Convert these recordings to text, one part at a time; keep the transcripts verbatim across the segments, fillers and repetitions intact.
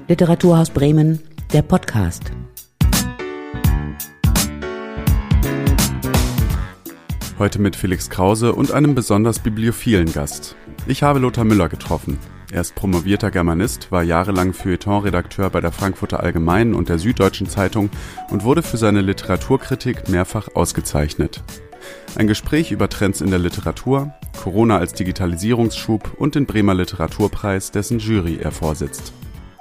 Literaturhaus Bremen, der Podcast. Heute mit Felix Krause und einem besonders bibliophilen Gast. Ich habe Lothar Müller getroffen. Er ist promovierter Germanist, war jahrelang Feuilleton-Redakteur bei der Frankfurter Allgemeinen und der Süddeutschen Zeitung und wurde für seine Literaturkritik mehrfach ausgezeichnet. Ein Gespräch über Trends in der Literatur, Corona als Digitalisierungsschub und den Bremer Literaturpreis, dessen Jury er vorsitzt.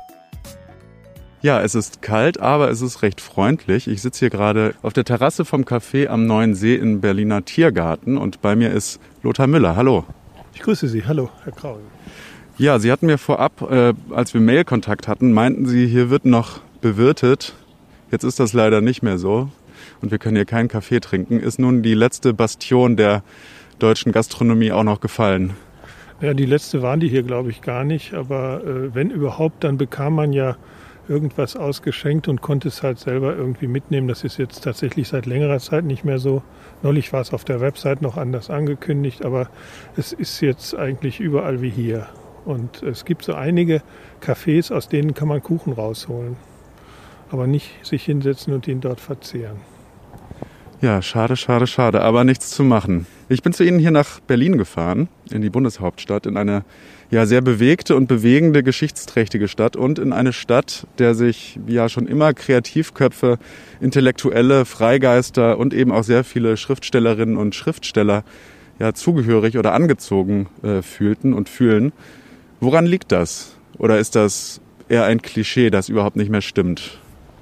Ja, es ist kalt, aber es ist recht freundlich. Ich sitze hier gerade auf der Terrasse vom Café am Neuen See im Berliner Tiergarten und bei mir ist Lothar Müller. Hallo. Ich grüße Sie. Hallo, Herr Krause. Ja, Sie hatten mir vorab, äh, als wir Mailkontakt hatten, meinten Sie, hier wird noch bewirtet. Jetzt ist das leider nicht mehr so und wir können hier keinen Kaffee trinken. Ist nun die letzte Bastion der deutschen Gastronomie auch noch gefallen? Ja, die letzte waren die hier, glaube ich, gar nicht. Aber äh, wenn überhaupt, dann bekam man ja irgendwas ausgeschenkt und konnte es halt selber irgendwie mitnehmen. Das ist jetzt tatsächlich seit längerer Zeit nicht mehr so. Neulich war es auf der Website noch anders angekündigt, aber es ist jetzt eigentlich überall wie hier. Und es gibt so einige Cafés, aus denen kann man Kuchen rausholen, aber nicht sich hinsetzen und ihn dort verzehren. Ja, schade, schade, schade, aber nichts zu machen. Ich bin zu Ihnen hier nach Berlin gefahren, in die Bundeshauptstadt, in eine ja sehr bewegte und bewegende, geschichtsträchtige Stadt und in eine Stadt, der sich ja schon immer Kreativköpfe, Intellektuelle, Freigeister und eben auch sehr viele Schriftstellerinnen und Schriftsteller ja zugehörig oder angezogen äh, fühlten und fühlen. Woran liegt das? Oder ist das eher ein Klischee, das überhaupt nicht mehr stimmt?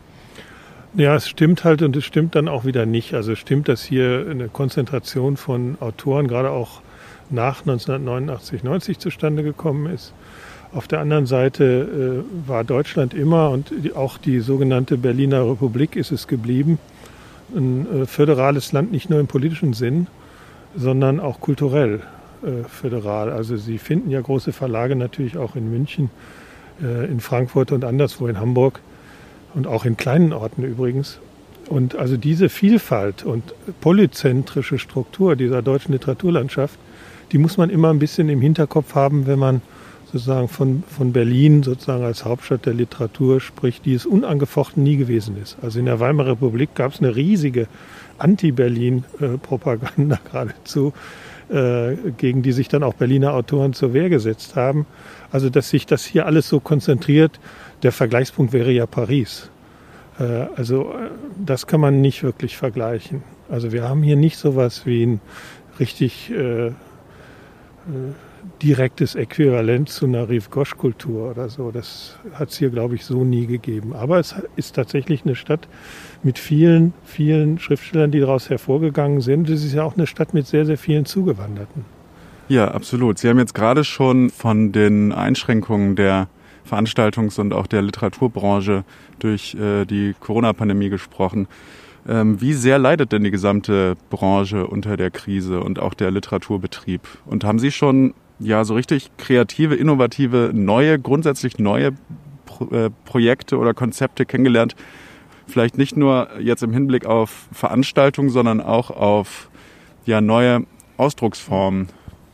Ja, es stimmt halt und es stimmt dann auch wieder nicht. Also es stimmt, dass hier eine Konzentration von Autoren gerade auch nach neunzehnhundertneunundachtzig, neunzig zustande gekommen ist. Auf der anderen Seite äh, war Deutschland immer und die, auch die sogenannte Berliner Republik ist es geblieben, ein äh, föderales Land, nicht nur im politischen Sinn, sondern auch kulturell äh, föderal. Also Sie finden ja große Verlage natürlich auch in München, äh, in Frankfurt und anderswo in Hamburg. Und auch in kleinen Orten übrigens. Und also diese Vielfalt und polyzentrische Struktur dieser deutschen Literaturlandschaft, die muss man immer ein bisschen im Hinterkopf haben, wenn man sozusagen von, von Berlin sozusagen als Hauptstadt der Literatur spricht, die es unangefochten nie gewesen ist. Also in der Weimarer Republik gab es eine riesige Anti-Berlin-Propaganda geradezu, äh, gegen die sich dann auch Berliner Autoren zur Wehr gesetzt haben. Also dass sich das hier alles so konzentriert. Der Vergleichspunkt wäre ja Paris. Äh, also das kann man nicht wirklich vergleichen. Also wir haben hier nicht sowas wie ein richtig äh, äh, direktes Äquivalent zu einer Rive-Gauche-Kultur oder so. Das hat es hier, glaube ich, so nie gegeben. Aber es ist tatsächlich eine Stadt mit vielen, vielen Schriftstellern, die daraus hervorgegangen sind. Es ist ja auch eine Stadt mit sehr, sehr vielen Zugewanderten. Ja, absolut. Sie haben jetzt gerade schon von den Einschränkungen der Veranstaltungs- und auch der Literaturbranche durch äh, die Corona-Pandemie gesprochen. Ähm, wie sehr leidet denn die gesamte Branche unter der Krise und auch der Literaturbetrieb? Und haben Sie schon ja so richtig kreative, innovative, neue, grundsätzlich neue Pro- äh, Projekte oder Konzepte kennengelernt? Vielleicht nicht nur jetzt im Hinblick auf Veranstaltungen, sondern auch auf ja neue Ausdrucksformen.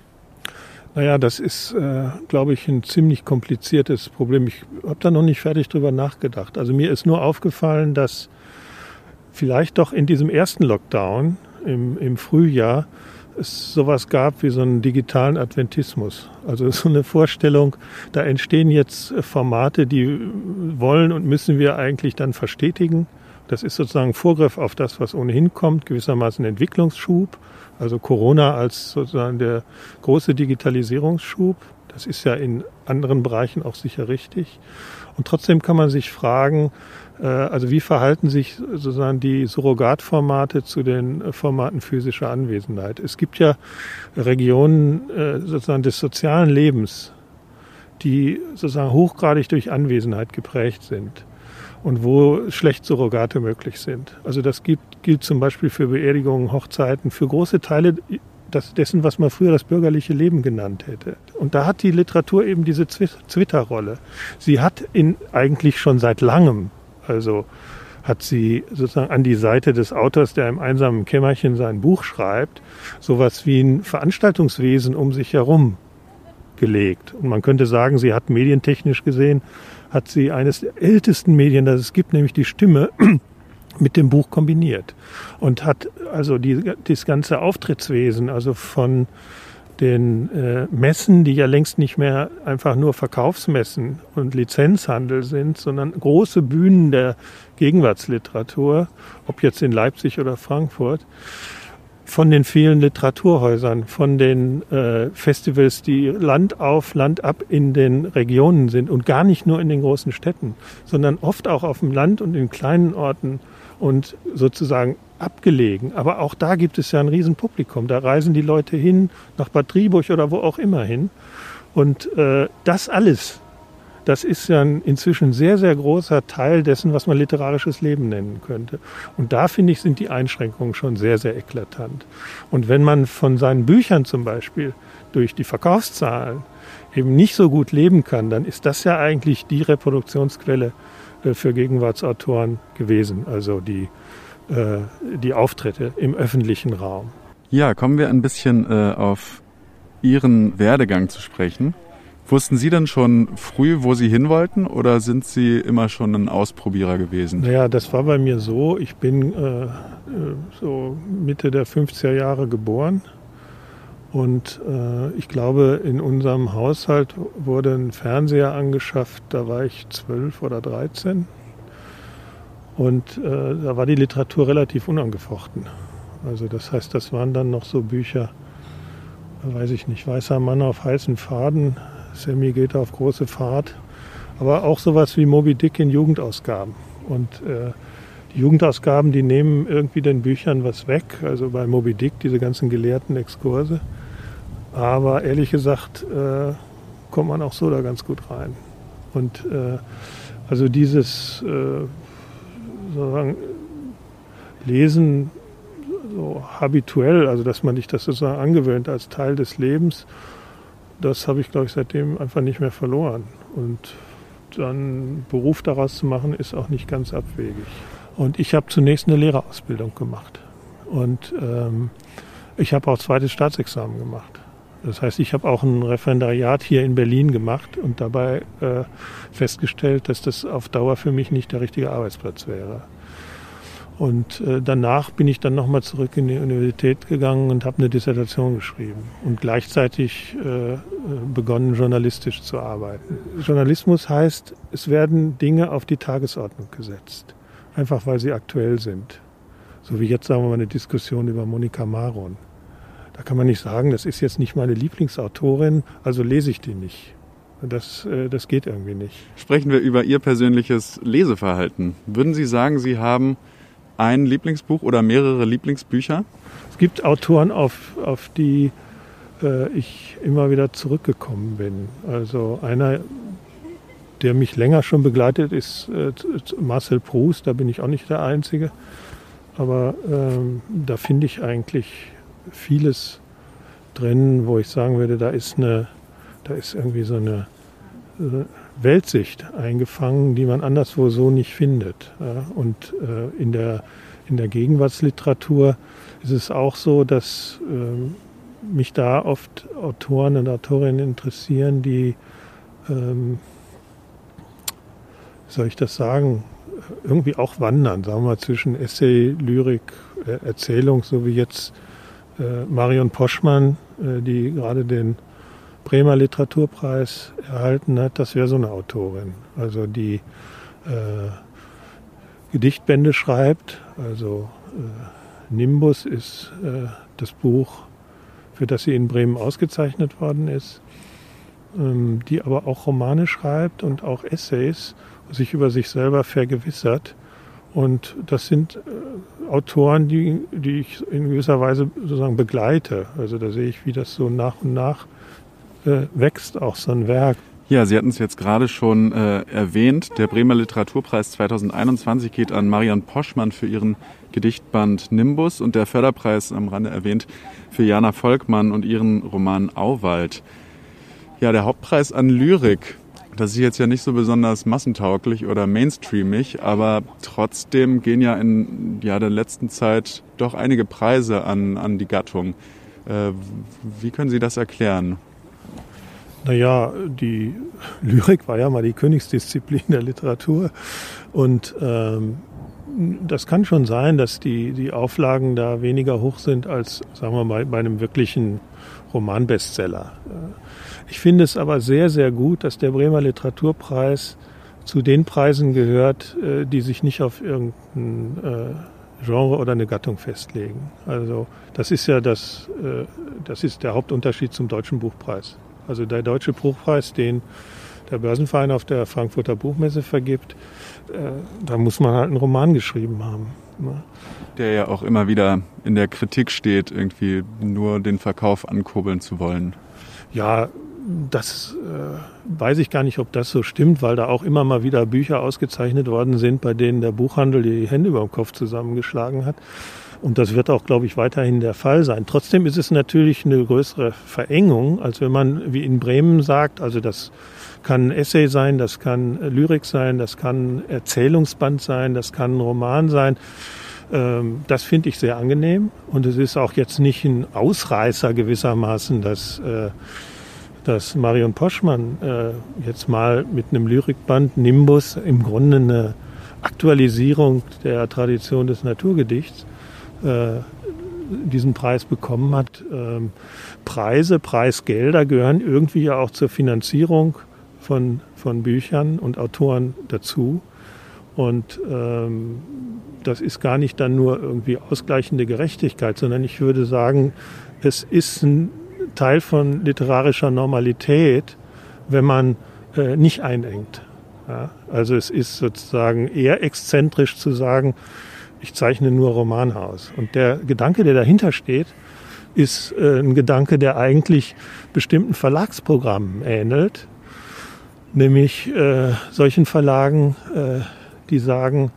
Naja, das ist, äh, glaube ich, ein ziemlich kompliziertes Problem. Ich habe da noch nicht fertig drüber nachgedacht. Also mir ist nur aufgefallen, dass vielleicht doch in diesem ersten Lockdown im, im Frühjahr es sowas gab wie so einen digitalen Adventismus. Also so eine Vorstellung, da entstehen jetzt Formate, die wollen und müssen wir eigentlich dann verstetigen. Das ist sozusagen ein Vorgriff auf das, was ohnehin kommt, gewissermaßen Entwicklungsschub. Also Corona als sozusagen der große Digitalisierungsschub. Das ist ja in anderen Bereichen auch sicher richtig. Und trotzdem kann man sich fragen, äh, also wie verhalten sich sozusagen die Surrogatformate zu den Formaten physischer Anwesenheit? Es gibt ja Regionen äh, sozusagen des sozialen Lebens, die sozusagen hochgradig durch Anwesenheit geprägt sind. Und wo schlecht Surrogate möglich sind. Also das gibt, gilt zum Beispiel für Beerdigungen, Hochzeiten, für große Teile das, dessen, was man früher das bürgerliche Leben genannt hätte. Und da hat die Literatur eben diese Twitter-Rolle. Sie hat in, eigentlich schon seit langem, also hat sie sozusagen an die Seite des Autors, der im einsamen Kämmerchen sein Buch schreibt, sowas wie ein Veranstaltungswesen um sich herum gelegt. Und man könnte sagen, sie hat medientechnisch gesehen, hat sie eines der ältesten Medien, das es gibt, nämlich die Stimme, mit dem Buch kombiniert. Und hat also die, das ganze Auftrittswesen, also von den äh, Messen, die ja längst nicht mehr einfach nur Verkaufsmessen und Lizenzhandel sind, sondern große Bühnen der Gegenwartsliteratur, ob jetzt in Leipzig oder Frankfurt, von den vielen Literaturhäusern, von den äh, Festivals, die Land auf, Land ab in den Regionen sind und gar nicht nur in den großen Städten, sondern oft auch auf dem Land und in kleinen Orten und sozusagen abgelegen. Aber auch da gibt es ja ein Riesenpublikum. Da reisen die Leute hin, nach Bad Driburg oder wo auch immer hin. Und äh, das alles, das ist ja ein inzwischen sehr, sehr großer Teil dessen, was man literarisches Leben nennen könnte. Und da, finde ich, sind die Einschränkungen schon sehr, sehr eklatant. Und wenn man von seinen Büchern zum Beispiel durch die Verkaufszahlen eben nicht so gut leben kann, dann ist das ja eigentlich die Reproduktionsquelle äh, für Gegenwartsautoren gewesen, also die, äh, die Auftritte im öffentlichen Raum. Ja, kommen wir ein bisschen äh, auf Ihren Werdegang zu sprechen. Wussten Sie denn schon früh, wo Sie hin wollten, oder sind Sie immer schon ein Ausprobierer gewesen? Naja, das war bei mir so. Ich bin äh, so Mitte der fünfziger Jahre geboren. Und äh, ich glaube, in unserem Haushalt wurde ein Fernseher angeschafft. Da war ich zwölf oder dreizehn. Und äh, da war die Literatur relativ unangefochten. Also das heißt, das waren dann noch so Bücher, weiß ich nicht, Weißer Mann auf heißen Pfaden, Sammy geht auf große Fahrt, aber auch sowas wie Moby Dick in Jugendausgaben. Und äh, die Jugendausgaben, die nehmen irgendwie den Büchern was weg, also bei Moby Dick diese ganzen gelehrten Exkurse. Aber ehrlich gesagt äh, kommt man auch so da ganz gut rein. Und äh, also dieses äh, sozusagen Lesen so habituell, also dass man sich das sozusagen angewöhnt als Teil des Lebens, das habe ich, glaube ich, seitdem einfach nicht mehr verloren. Und dann Beruf daraus zu machen, ist auch nicht ganz abwegig. Und ich habe zunächst eine Lehrerausbildung gemacht. Und ähm, ich habe auch zweites Staatsexamen gemacht. Das heißt, ich habe auch ein Referendariat hier in Berlin gemacht und dabei äh, festgestellt, dass das auf Dauer für mich nicht der richtige Arbeitsplatz wäre. Und äh, danach bin ich dann nochmal zurück in die Universität gegangen und habe eine Dissertation geschrieben und gleichzeitig äh, begonnen, journalistisch zu arbeiten. Journalismus heißt, es werden Dinge auf die Tagesordnung gesetzt, einfach weil sie aktuell sind. So wie jetzt, sagen wir mal, eine Diskussion über Monika Maron. Da kann man nicht sagen, das ist jetzt nicht meine Lieblingsautorin, also lese ich die nicht. Das, äh, das geht irgendwie nicht. Sprechen wir über Ihr persönliches Leseverhalten. Würden Sie sagen, Sie haben ein Lieblingsbuch oder mehrere Lieblingsbücher? Es gibt Autoren, auf, auf die äh, ich immer wieder zurückgekommen bin. Also einer, der mich länger schon begleitet, ist äh, Marcel Proust. Da bin ich auch nicht der Einzige. Aber ähm, da finde ich eigentlich vieles drin, wo ich sagen würde, da ist, eine, da ist irgendwie so eine äh, Weltsicht eingefangen, die man anderswo so nicht findet. Ja, und äh, in der, in der Gegenwartsliteratur ist es auch so, dass äh, mich da oft Autoren und Autorinnen interessieren, die, ähm, wie soll ich das sagen, irgendwie auch wandern, sagen wir mal, zwischen Essay, Lyrik, äh, Erzählung, so wie jetzt äh, Marion Poschmann, äh, die gerade den Bremer Literaturpreis erhalten hat. Das wäre so eine Autorin, also die äh, Gedichtbände schreibt. Also äh, Nimbus ist äh, das Buch, für das sie in Bremen ausgezeichnet worden ist, ähm, die aber auch Romane schreibt und auch Essays, sich über sich selber vergewissert. Und das sind äh, Autoren, die, die ich in gewisser Weise sozusagen begleite. Also da sehe ich, wie das so nach und nach wächst auch so ein Werk. Ja, Sie hatten es jetzt gerade schon äh, erwähnt. Der Bremer Literaturpreis zweitausendeinundzwanzig geht an Marion Poschmann für ihren Gedichtband Nimbus und der Förderpreis, am Rande erwähnt, für Jana Volkmann und ihren Roman Auwald. Ja, der Hauptpreis an Lyrik, das ist jetzt ja nicht so besonders massentauglich oder mainstreamig, aber trotzdem gehen ja in ja, der letzten Zeit doch einige Preise an, an die Gattung. Äh, wie können Sie das erklären? Naja, die Lyrik war ja mal die Königsdisziplin der Literatur und ähm, das kann schon sein, dass die, die Auflagen da weniger hoch sind als, sagen wir mal, bei einem wirklichen Romanbestseller. Ich finde es aber sehr, sehr gut, dass der Bremer Literaturpreis zu den Preisen gehört, die sich nicht auf irgendein Genre oder eine Gattung festlegen. Also das ist ja das, das ist der Hauptunterschied zum Deutschen Buchpreis. Also der Deutsche Buchpreis, den der Börsenverein auf der Frankfurter Buchmesse vergibt, da muss man halt einen Roman geschrieben haben. Der ja auch immer wieder in der Kritik steht, irgendwie nur den Verkauf ankurbeln zu wollen. Ja, das äh, weiß ich gar nicht, ob das so stimmt, weil da auch immer mal wieder Bücher ausgezeichnet worden sind, bei denen der Buchhandel die Hände über dem Kopf zusammengeschlagen hat. Und das wird auch, glaube ich, weiterhin der Fall sein. Trotzdem ist es natürlich eine größere Verengung, als wenn man, wie in Bremen sagt, also das kann ein Essay sein, das kann Lyrik sein, das kann Erzählungsband sein, das kann ein Roman sein. Ähm, das finde ich sehr angenehm. Und es ist auch jetzt nicht ein Ausreißer gewissermaßen, dass, äh, dass Marion Poschmann äh, jetzt mal mit einem Lyrikband Nimbus im Grunde eine Aktualisierung der Tradition des Naturgedichts äh, diesen Preis bekommen hat. Ähm, Preise, Preisgelder gehören irgendwie ja auch zur Finanzierung von, von Büchern und Autoren dazu. Und ähm, das ist gar nicht dann nur irgendwie ausgleichende Gerechtigkeit, sondern ich würde sagen, es ist ein Teil von literarischer Normalität, wenn man äh, nicht einengt. Ja? Also es ist sozusagen eher exzentrisch zu sagen, ich zeichne nur Romane aus. Und der Gedanke, der dahinter steht, ist äh, ein Gedanke, der eigentlich bestimmten Verlagsprogrammen ähnelt. Nämlich äh, solchen Verlagen, äh, die sagen,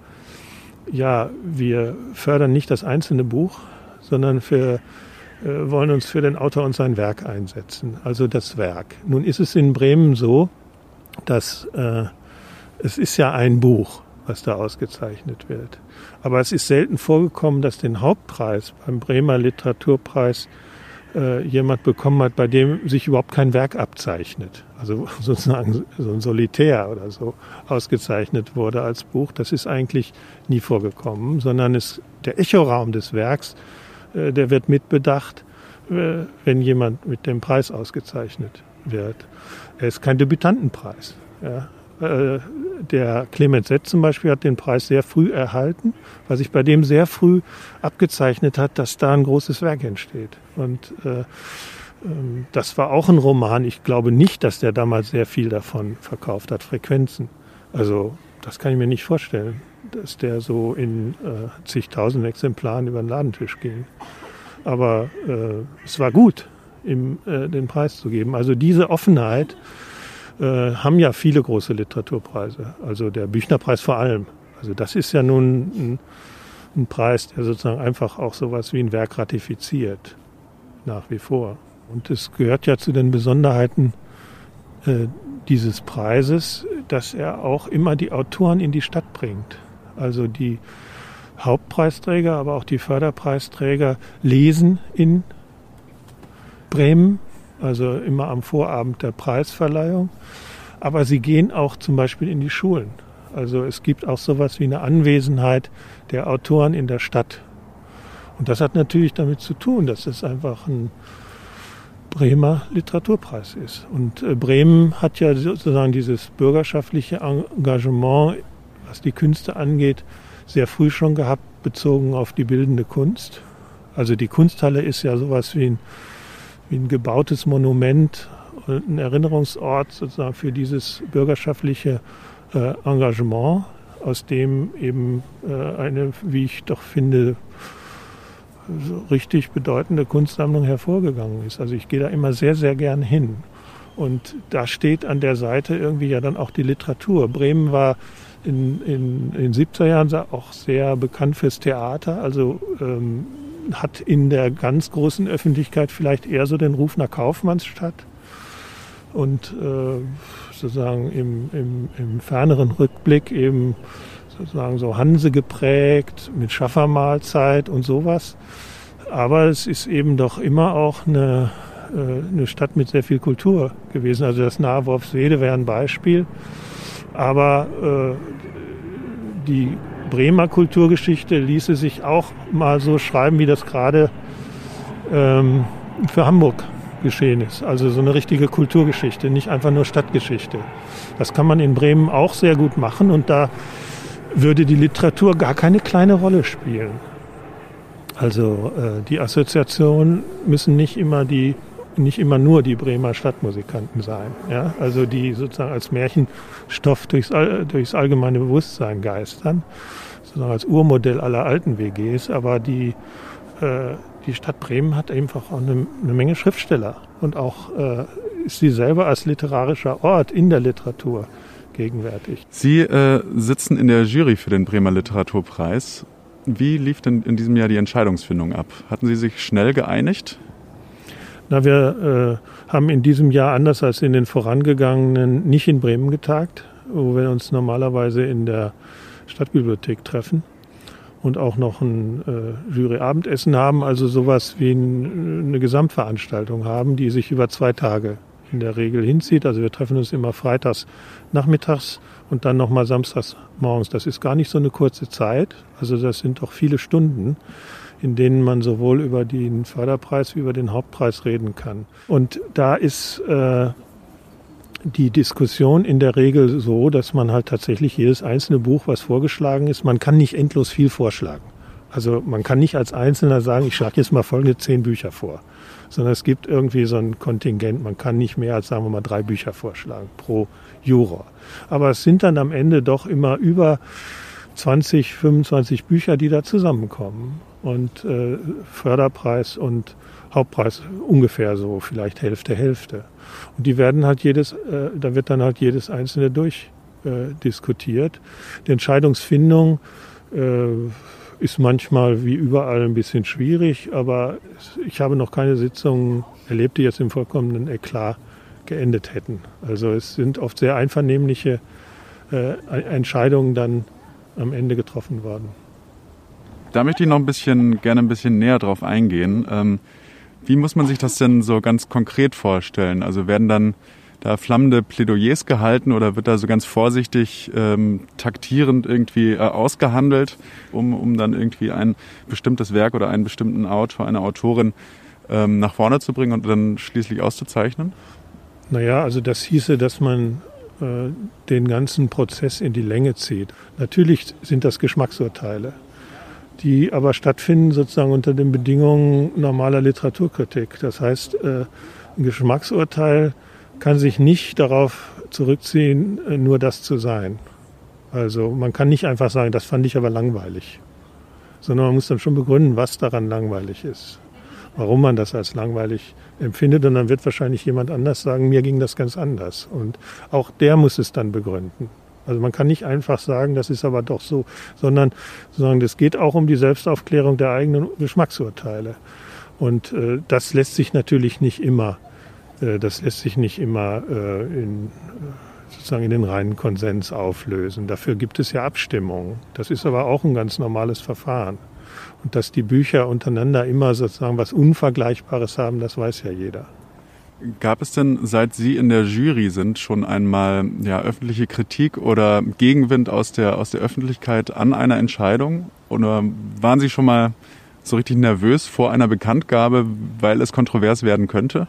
ja, wir fördern nicht das einzelne Buch, sondern wir äh, wollen uns für den Autor und sein Werk einsetzen, also das Werk. Nun ist es in Bremen so, dass äh, es ist ja ein Buch, was da ausgezeichnet wird. Aber es ist selten vorgekommen, dass den Hauptpreis beim Bremer Literaturpreis äh, jemand bekommen hat, bei dem sich überhaupt kein Werk abzeichnet. Also sozusagen so ein Solitär oder so ausgezeichnet wurde als Buch. Das ist eigentlich nie vorgekommen, sondern es, der Echoraum des Werks, äh, der wird mitbedacht, äh, wenn jemand mit dem Preis ausgezeichnet wird. Er ist kein Debütantenpreis. Ja. Der Clemens Sett zum Beispiel hat den Preis sehr früh erhalten, weil sich bei dem sehr früh abgezeichnet hat, dass da ein großes Werk entsteht. Und äh, das war auch ein Roman. Ich glaube nicht, dass der damals sehr viel davon verkauft hat, Frequenzen. Also das kann ich mir nicht vorstellen, dass der so in äh, zigtausend Exemplaren über den Ladentisch ging. Aber äh, es war gut, ihm äh, den Preis zu geben. Also diese Offenheit Äh, haben ja viele große Literaturpreise, also der Büchnerpreis vor allem. Also das ist ja nun ein, ein Preis, der sozusagen einfach auch sowas wie ein Werk ratifiziert, nach wie vor. Und es gehört ja zu den Besonderheiten äh, dieses Preises, dass er auch immer die Autoren in die Stadt bringt. Also die Hauptpreisträger, aber auch die Förderpreisträger lesen in Bremen, also immer am Vorabend der Preisverleihung. Aber sie gehen auch zum Beispiel in die Schulen. Also es gibt auch sowas wie eine Anwesenheit der Autoren in der Stadt. Und das hat natürlich damit zu tun, dass es einfach ein Bremer Literaturpreis ist. Und Bremen hat ja sozusagen dieses bürgerschaftliche Engagement, was die Künste angeht, sehr früh schon gehabt, bezogen auf die bildende Kunst. Also die Kunsthalle ist ja sowas wie ein wie ein gebautes Monument und ein Erinnerungsort sozusagen für dieses bürgerschaftliche äh, Engagement, aus dem eben äh, eine, wie ich doch finde, so richtig bedeutende Kunstsammlung hervorgegangen ist. Also ich gehe da immer sehr, sehr gern hin. Und da steht an der Seite irgendwie ja dann auch die Literatur. Bremen war in, in, in den siebziger Jahren auch sehr bekannt fürs Theater, also ähm, hat in der ganz großen Öffentlichkeit vielleicht eher so den Ruf nach Kaufmannsstadt und äh, sozusagen im, im, im ferneren Rückblick eben sozusagen so Hanse geprägt mit Schaffermahlzeit und sowas. Aber es ist eben doch immer auch eine äh, eine Stadt mit sehr viel Kultur gewesen. Also das nahe Worpswede wäre ein Beispiel. Aber äh, die Bremer Kulturgeschichte ließe sich auch mal so schreiben, wie das gerade ähm, für Hamburg geschehen ist. Also so eine richtige Kulturgeschichte, nicht einfach nur Stadtgeschichte. Das kann man in Bremen auch sehr gut machen und da würde die Literatur gar keine kleine Rolle spielen. Also äh, die Assoziationen müssen nicht immer die, nicht immer nur die Bremer Stadtmusikanten sein. Ja? Also die sozusagen als Märchenstoff durchs, durchs allgemeine Bewusstsein geistern, sozusagen als Urmodell aller alten W Gs. Aber die, äh, die Stadt Bremen hat einfach auch eine, eine Menge Schriftsteller und auch äh, ist sie selber als literarischer Ort in der Literatur gegenwärtig. Sie äh, sitzen in der Jury für den Bremer Literaturpreis. Wie lief denn in diesem Jahr die Entscheidungsfindung ab? Hatten Sie sich schnell geeinigt? Na, wir äh, haben in diesem Jahr, anders als in den vorangegangenen, nicht in Bremen getagt, wo wir uns normalerweise in der Stadtbibliothek treffen und auch noch ein äh, Juryabendessen haben, also sowas wie ein, eine Gesamtveranstaltung haben, die sich über zwei Tage in der Regel hinzieht. Also wir treffen uns immer freitags nachmittags und dann nochmal samstags morgens. Das ist gar nicht so eine kurze Zeit. Also das sind doch viele Stunden, in denen man sowohl über den Förderpreis wie über den Hauptpreis reden kann. Und da ist äh, die Diskussion in der Regel so, dass man halt tatsächlich jedes einzelne Buch, was vorgeschlagen ist, man kann nicht endlos viel vorschlagen. Also man kann nicht als Einzelner sagen, ich schlage jetzt mal folgende zehn Bücher vor. Sondern es gibt irgendwie so ein Kontingent. Man kann nicht mehr als, sagen wir mal, drei Bücher vorschlagen pro Juror. Aber es sind dann am Ende doch immer über zwanzig, fünfundzwanzig Bücher, die da zusammenkommen. Und äh, Förderpreis und Hauptpreis ungefähr so, vielleicht Hälfte, Hälfte. Und die werden halt jedes, äh, da wird dann halt jedes einzelne durchdiskutiert. Äh, die Entscheidungsfindung äh, ist manchmal wie überall ein bisschen schwierig, aber ich habe noch keine Sitzungen erlebt, die jetzt im vollkommenen Eklat geendet hätten. Also es sind oft sehr einvernehmliche äh, Entscheidungen dann am Ende getroffen worden. Da möchte ich noch ein bisschen, gerne ein bisschen näher drauf eingehen. Ähm, wie muss man sich das denn so ganz konkret vorstellen? Also werden dann da flammende Plädoyers gehalten oder wird da so ganz vorsichtig ähm, taktierend irgendwie äh, ausgehandelt, um, um dann irgendwie ein bestimmtes Werk oder einen bestimmten Autor, eine Autorin ähm, nach vorne zu bringen und dann schließlich auszuzeichnen? Naja, also das hieße, dass man äh, den ganzen Prozess in die Länge zieht. Natürlich sind das Geschmacksurteile, die aber stattfinden sozusagen unter den Bedingungen normaler Literaturkritik. Das heißt, äh, ein Geschmacksurteil kann sich nicht darauf zurückziehen, nur das zu sein. Also man kann nicht einfach sagen, das fand ich aber langweilig, sondern man muss dann schon begründen, was daran langweilig ist, warum man das als langweilig empfindet. Und dann wird wahrscheinlich jemand anders sagen, mir ging das ganz anders. Und auch der muss es dann begründen. Also man kann nicht einfach sagen, das ist aber doch so, sondern sondern es geht auch um die Selbstaufklärung der eigenen Geschmacksurteile. Und äh, das lässt sich natürlich nicht immer Das lässt sich nicht immer äh, in, sozusagen in den reinen Konsens auflösen. Dafür gibt es ja Abstimmungen. Das ist aber auch ein ganz normales Verfahren. Und dass die Bücher untereinander immer sozusagen was Unvergleichbares haben, das weiß ja jeder. Gab es denn, seit Sie in der Jury sind, schon einmal ja, öffentliche Kritik oder Gegenwind aus der, aus der Öffentlichkeit an einer Entscheidung? Oder waren Sie schon mal so richtig nervös vor einer Bekanntgabe, weil es kontrovers werden könnte?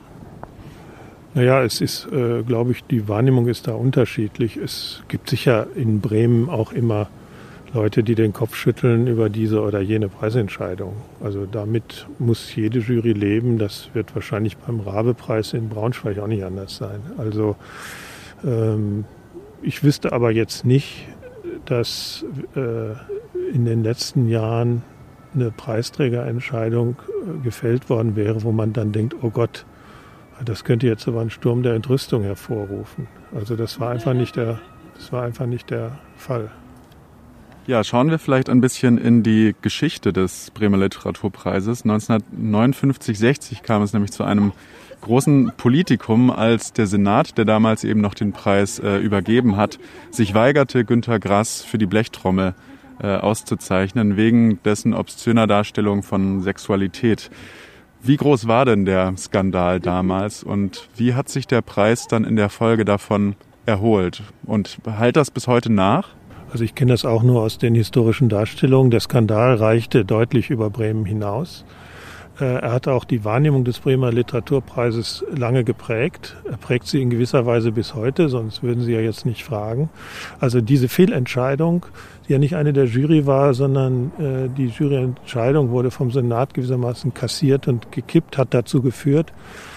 Naja, es ist, äh, glaube ich, die Wahrnehmung ist da unterschiedlich. Es gibt sicher in Bremen auch immer Leute, die den Kopf schütteln über diese oder jene Preisentscheidung. Also damit muss jede Jury leben. Das wird wahrscheinlich beim Rabe-Preis in Braunschweig auch nicht anders sein. Also ähm, ich wüsste aber jetzt nicht, dass äh, in den letzten Jahren eine Preisträgerentscheidung äh, gefällt worden wäre, wo man dann denkt, oh Gott, das könnte jetzt aber einen Sturm der Entrüstung hervorrufen. Also das war einfach nicht der, das war einfach nicht der Fall. Ja, schauen wir vielleicht ein bisschen in die Geschichte des Bremer Literaturpreises. neunzehnhundertneunundfünfzig sechzig kam es nämlich zu einem großen Politikum, als der Senat, der damals eben noch den Preis äh, übergeben hat, sich weigerte, Günter Grass für die Blechtrommel äh, auszuzeichnen, wegen dessen obszöner Darstellung von Sexualität. Wie groß war denn der Skandal damals und wie hat sich der Preis dann in der Folge davon erholt? Und hält das bis heute nach? Also ich kenne das auch nur aus den historischen Darstellungen. Der Skandal reichte deutlich über Bremen hinaus. Er hat auch die Wahrnehmung des Bremer Literaturpreises lange geprägt. Er prägt sie in gewisser Weise bis heute, sonst würden Sie ja jetzt nicht fragen. Also diese Fehlentscheidung, die ja nicht eine der Jury war, sondern äh, die Juryentscheidung wurde vom Senat gewissermaßen kassiert und gekippt, hat dazu geführt,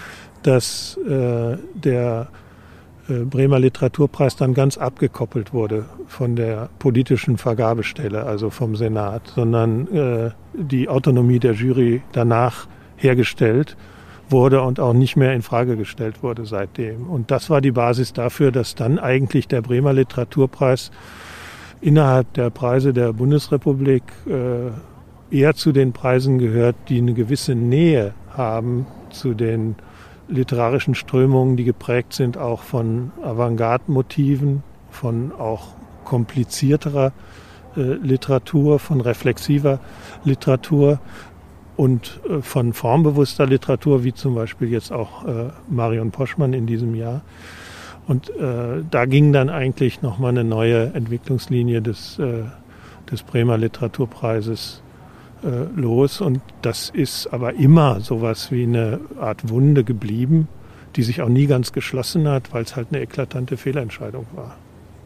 dass äh, der äh, Bremer Literaturpreis dann ganz abgekoppelt wurde von der politischen Vergabestelle, also vom Senat, sondern äh, die Autonomie der Jury danach hergestellt wurde und auch nicht mehr in Frage gestellt wurde seitdem. Und das war die Basis dafür, dass dann eigentlich der Bremer Literaturpreis innerhalb der Preise der Bundesrepublik äh, eher zu den Preisen gehört, die eine gewisse Nähe haben zu den literarischen Strömungen, die geprägt sind auch von Avantgarde-Motiven, von auch komplizierterer äh, Literatur, von reflexiver Literatur und äh, von formbewusster Literatur, wie zum Beispiel jetzt auch äh, Marion Poschmann in diesem Jahr. Und äh, da ging dann eigentlich nochmal eine neue Entwicklungslinie des, äh, des Bremer Literaturpreises äh, los. Und das ist aber immer sowas wie eine Art Wunde geblieben, die sich auch nie ganz geschlossen hat, weil es halt eine eklatante Fehlentscheidung war.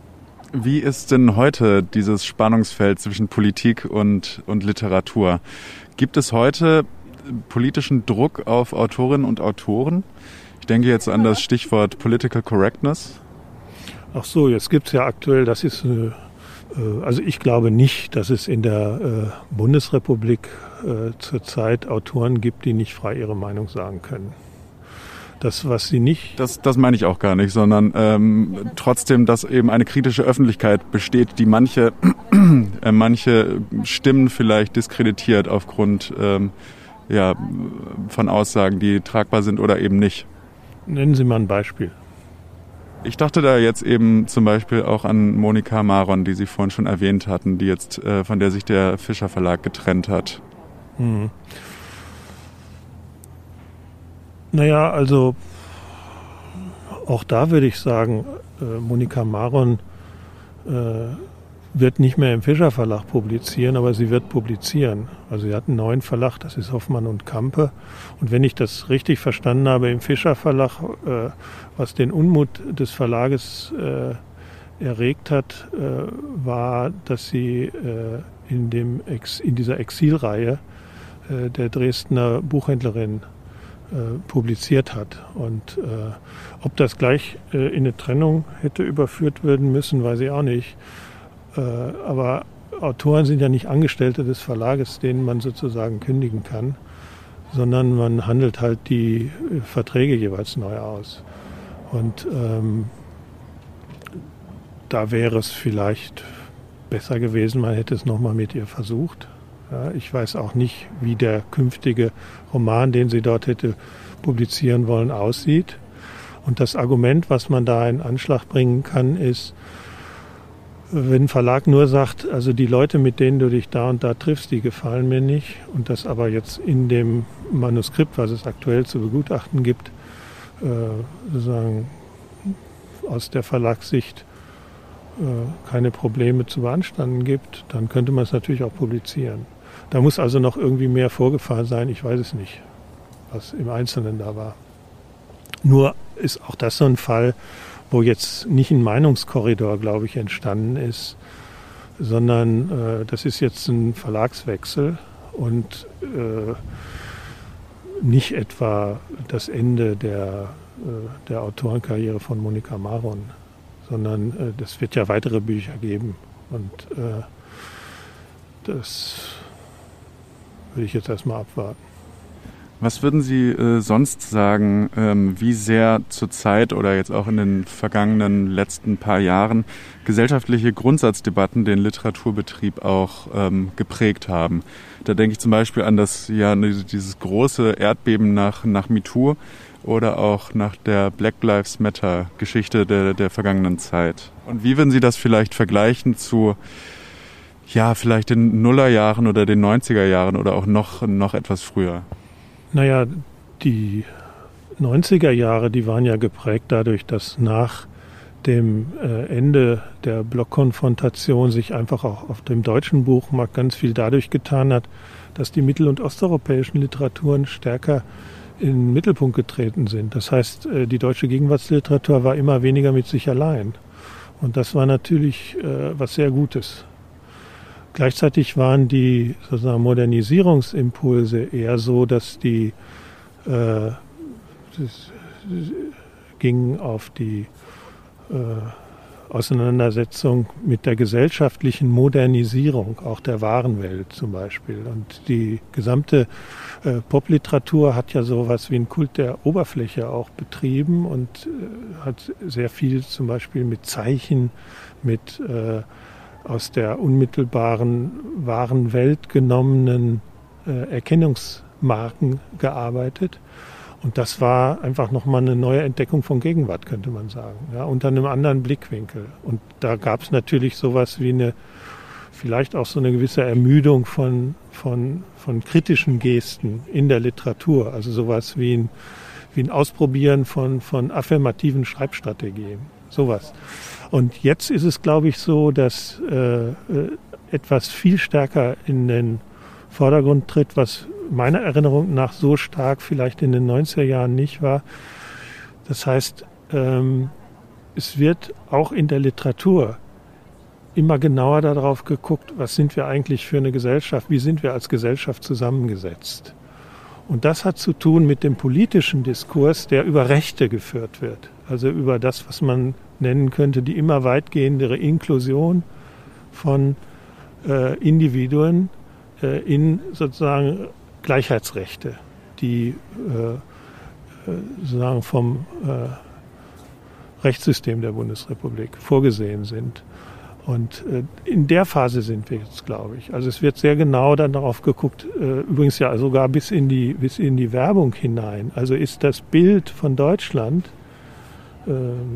Wie ist denn heute dieses Spannungsfeld zwischen Politik und, und Literatur? Gibt es heute politischen Druck auf Autorinnen und Autoren? Ich denke jetzt an das Stichwort Political Correctness. Ach so, jetzt gibt es ja aktuell, das ist, äh, also ich glaube nicht, dass es in der äh, Bundesrepublik äh, zurzeit Autoren gibt, die nicht frei ihre Meinung sagen können. Das, was sie nicht... Das, das meine ich auch gar nicht, sondern ähm, trotzdem, dass eben eine kritische Öffentlichkeit besteht, die manche, äh, manche Stimmen vielleicht diskreditiert aufgrund ähm, ja, von Aussagen, die tragbar sind oder eben nicht. Nennen Sie mal ein Beispiel. Ich dachte da jetzt eben zum Beispiel auch an Monika Maron, die Sie vorhin schon erwähnt hatten, die jetzt äh, von der sich der Fischer Verlag getrennt hat. Hm. Naja, also auch da würde ich sagen, äh, Monika Maron äh, wird nicht mehr im Fischer Verlag publizieren, aber sie wird publizieren. Also sie hat einen neuen Verlag, das ist Hoffmann und Campe. Und wenn ich das richtig verstanden habe, im Fischer Verlag, äh, was den Unmut des Verlages äh, erregt hat, äh, war, dass sie äh, in, dem Ex, in dieser Exilreihe äh, der Dresdner Buchhändlerin Äh, publiziert hat. Und äh, ob das gleich äh, in eine Trennung hätte überführt werden müssen, weiß ich auch nicht. Äh, aber Autoren sind ja nicht Angestellte des Verlages, denen man sozusagen kündigen kann, sondern man handelt halt die äh, Verträge jeweils neu aus. Und ähm, da wäre es vielleicht besser gewesen, man hätte es nochmal mit ihr versucht. Ja, ich weiß auch nicht, wie der künftige Roman, den sie dort hätte publizieren wollen, aussieht. Und das Argument, was man da in Anschlag bringen kann, ist, wenn ein Verlag nur sagt, also die Leute, mit denen du dich da und da triffst, die gefallen mir nicht, und das aber jetzt in dem Manuskript, was es aktuell zu begutachten gibt, äh, sozusagen aus der Verlagssicht äh, keine Probleme zu beanstanden gibt, dann könnte man es natürlich auch publizieren. Da muss also noch irgendwie mehr vorgefallen sein, ich weiß es nicht, was im Einzelnen da war. Nur ist auch das so ein Fall, wo jetzt nicht ein Meinungskorridor, glaube ich, entstanden ist, sondern äh, das ist jetzt ein Verlagswechsel und äh, nicht etwa das Ende der, äh, der Autorenkarriere von Monika Maron, sondern äh, das wird ja weitere Bücher geben und äh, das würde ich jetzt erstmal abwarten. Was würden Sie äh, sonst sagen, ähm, wie sehr zurzeit oder jetzt auch in den vergangenen letzten paar Jahren gesellschaftliche Grundsatzdebatten den Literaturbetrieb auch ähm, geprägt haben? Da denke ich zum Beispiel an das ja dieses große Erdbeben nach nach MeToo oder auch nach der Black Lives Matter Geschichte der der vergangenen Zeit. Und wie würden Sie das vielleicht vergleichen zu ja vielleicht den Nullerjahren oder den neunziger Jahren oder auch noch noch etwas früher? Naja, die neunziger Jahre, die waren ja geprägt dadurch, dass nach dem äh, Ende der Blockkonfrontation sich einfach auch auf dem deutschen Buchmarkt ganz viel dadurch getan hat, dass die mittel- und osteuropäischen Literaturen stärker in den Mittelpunkt getreten sind. Das heißt, äh, die deutsche Gegenwartsliteratur war immer weniger mit sich allein. Und das war natürlich äh, was sehr Gutes. Gleichzeitig waren die sozusagen Modernisierungsimpulse eher so, dass die äh, das, das gingen auf die äh, Auseinandersetzung mit der gesellschaftlichen Modernisierung, auch der Warenwelt zum Beispiel. Und die gesamte äh, Popliteratur hat ja sowas wie einen Kult der Oberfläche auch betrieben und äh, hat sehr viel zum Beispiel mit Zeichen, mit äh, aus der unmittelbaren wahren Welt genommenen äh, Erkennungsmarken gearbeitet. Und das war einfach nochmal eine neue Entdeckung von Gegenwart, könnte man sagen, ja, unter einem anderen Blickwinkel. Und da gab es natürlich sowas wie eine, vielleicht auch so eine gewisse Ermüdung von, von, von kritischen Gesten in der Literatur. Also sowas wie ein, wie ein Ausprobieren von, von affirmativen Schreibstrategien, sowas. Und jetzt ist es, glaube ich, so, dass äh, etwas viel stärker in den Vordergrund tritt, was meiner Erinnerung nach so stark vielleicht in den neunziger Jahren nicht war. Das heißt, ähm, es wird auch in der Literatur immer genauer darauf geguckt, was sind wir eigentlich für eine Gesellschaft, wie sind wir als Gesellschaft zusammengesetzt. Und das hat zu tun mit dem politischen Diskurs, der über Rechte geführt wird. Also über das, was man nennen könnte, die immer weitgehendere Inklusion von äh, Individuen äh, in sozusagen Gleichheitsrechte, die äh, sozusagen vom äh, Rechtssystem der Bundesrepublik vorgesehen sind. Und äh, in der Phase sind wir jetzt, glaube ich. Also es wird sehr genau dann darauf geguckt, äh, übrigens ja sogar bis in die, bis in die Werbung hinein. Also ist das Bild von Deutschland, äh,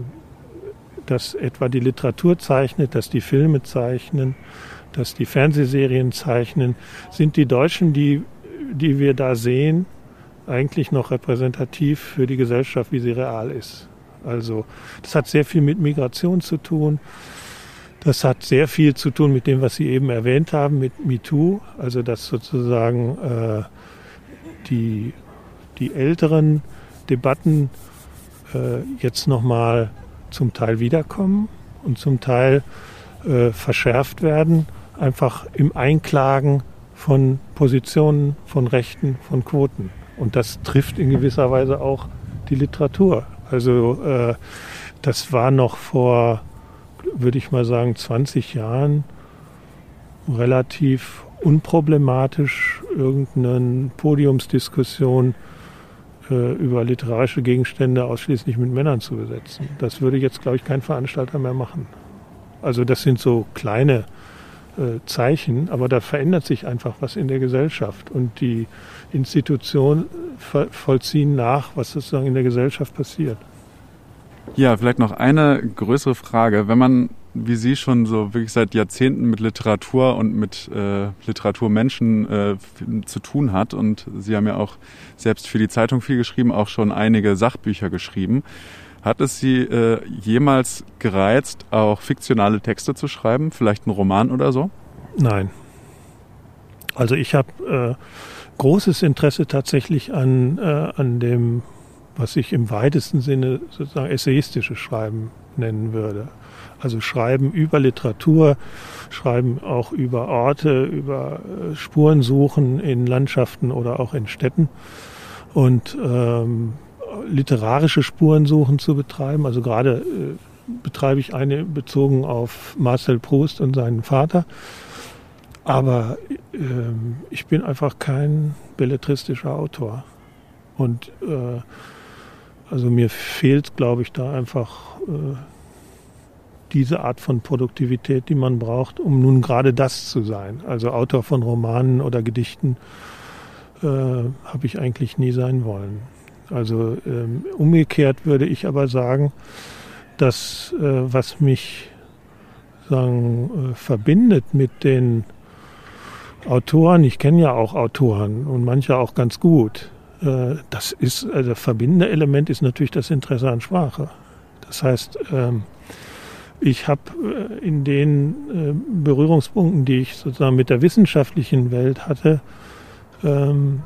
das etwa die Literatur zeichnet, dass die Filme zeichnen, dass die Fernsehserien zeichnen, sind die Deutschen, die, die wir da sehen, eigentlich noch repräsentativ für die Gesellschaft, wie sie real ist. Also das hat sehr viel mit Migration zu tun. Das hat sehr viel zu tun mit dem, was Sie eben erwähnt haben, mit MeToo. Also dass sozusagen äh, die, die älteren Debatten äh, jetzt nochmal zum Teil wiederkommen und zum Teil äh, verschärft werden, einfach im Einklagen von Positionen, von Rechten, von Quoten. Und das trifft in gewisser Weise auch die Literatur. Also äh, das war noch vor, würde ich mal sagen, zwanzig Jahren relativ unproblematisch, irgendeine Podiumsdiskussion äh, über literarische Gegenstände ausschließlich mit Männern zu besetzen. Das würde jetzt, glaube ich, kein Veranstalter mehr machen. Also das sind so kleine äh, Zeichen, aber da verändert sich einfach was in der Gesellschaft. Und die Institutionen ver- vollziehen nach, was sozusagen in der Gesellschaft passiert. Ja, vielleicht noch eine größere Frage. Wenn man, wie Sie, schon so wirklich seit Jahrzehnten mit Literatur und mit äh, Literaturmenschen äh, zu tun hat, und Sie haben ja auch selbst für die Zeitung viel geschrieben, auch schon einige Sachbücher geschrieben, hat es Sie äh, jemals gereizt, auch fiktionale Texte zu schreiben, vielleicht einen Roman oder so? Nein. Also ich habe äh, großes Interesse tatsächlich an, äh, an dem, was ich im weitesten Sinne sozusagen essayistisches Schreiben nennen würde. Also Schreiben über Literatur, Schreiben auch über Orte, über äh, Spurensuchen in Landschaften oder auch in Städten und ähm, literarische Spurensuchen zu betreiben. Also gerade äh, betreibe ich eine bezogen auf Marcel Proust und seinen Vater. Aber äh, ich bin einfach kein belletristischer Autor. Und äh, also mir fehlt, glaube ich, da einfach äh, diese Art von Produktivität, die man braucht, um nun gerade das zu sein. Also Autor von Romanen oder Gedichten äh, habe ich eigentlich nie sein wollen. Also ähm, umgekehrt würde ich aber sagen, dass äh, was mich sagen, äh, verbindet mit den Autoren, ich kenne ja auch Autoren und manche auch ganz gut, äh, das ist, also das verbindende Element ist natürlich das Interesse an Sprache. Das heißt, ähm, ich habe äh, in den äh, Berührungspunkten, die ich sozusagen mit der wissenschaftlichen Welt hatte, ähm,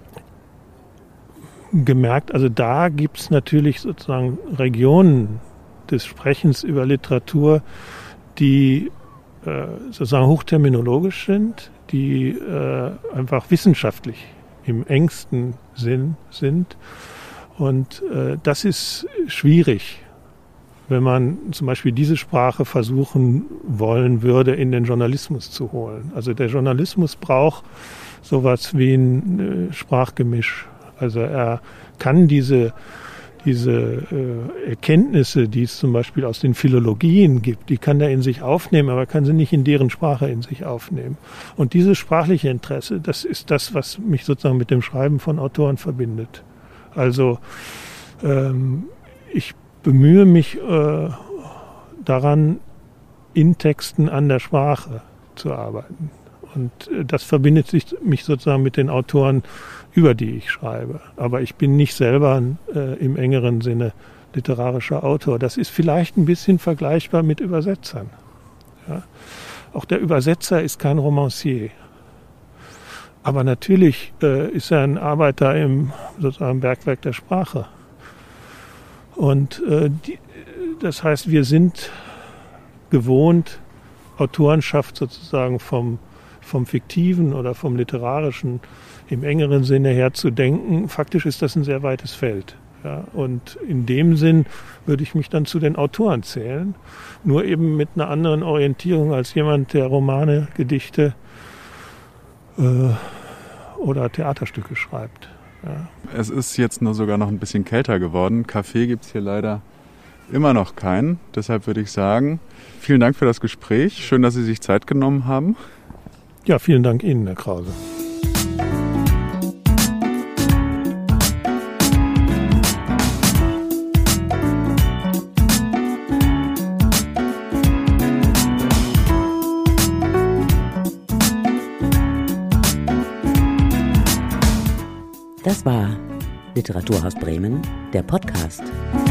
gemerkt, also da gibt es natürlich sozusagen Regionen des Sprechens über Literatur, die äh, sozusagen hochterminologisch sind, die äh, einfach wissenschaftlich im engsten Sinn sind. Und äh, das ist schwierig, wenn man zum Beispiel diese Sprache versuchen wollen würde, in den Journalismus zu holen. Also der Journalismus braucht sowas wie ein äh, Sprachgemisch. Also er kann diese, diese äh, Erkenntnisse, die es zum Beispiel aus den Philologien gibt, die kann er in sich aufnehmen, aber er kann sie nicht in deren Sprache in sich aufnehmen. Und dieses sprachliche Interesse, das ist das, was mich sozusagen mit dem Schreiben von Autoren verbindet. Also ähm, ich bemühe mich äh, daran, in Texten an der Sprache zu arbeiten. Und äh, das verbindet sich, mich sozusagen mit den Autoren, über die ich schreibe. Aber ich bin nicht selber äh, im engeren Sinne literarischer Autor. Das ist vielleicht ein bisschen vergleichbar mit Übersetzern. Ja? Auch der Übersetzer ist kein Romancier. Aber natürlich äh, ist er ein Arbeiter im sozusagen Bergwerk der Sprache. Und äh, die, das heißt, wir sind gewohnt, Autorenschaft sozusagen vom, vom Fiktiven oder vom Literarischen im engeren Sinne her zu denken. Faktisch ist das ein sehr weites Feld. Ja, und in dem Sinn würde ich mich dann zu den Autoren zählen, nur eben mit einer anderen Orientierung als jemand, der Romane, Gedichte äh, oder Theaterstücke schreibt. Ja. Es ist jetzt nur sogar noch ein bisschen kälter geworden. Kaffee gibt es hier leider immer noch keinen. Deshalb würde ich sagen, vielen Dank für das Gespräch. Schön, dass Sie sich Zeit genommen haben. Ja, vielen Dank Ihnen, Herr Krause. Das war Literaturhaus Bremen, der Podcast.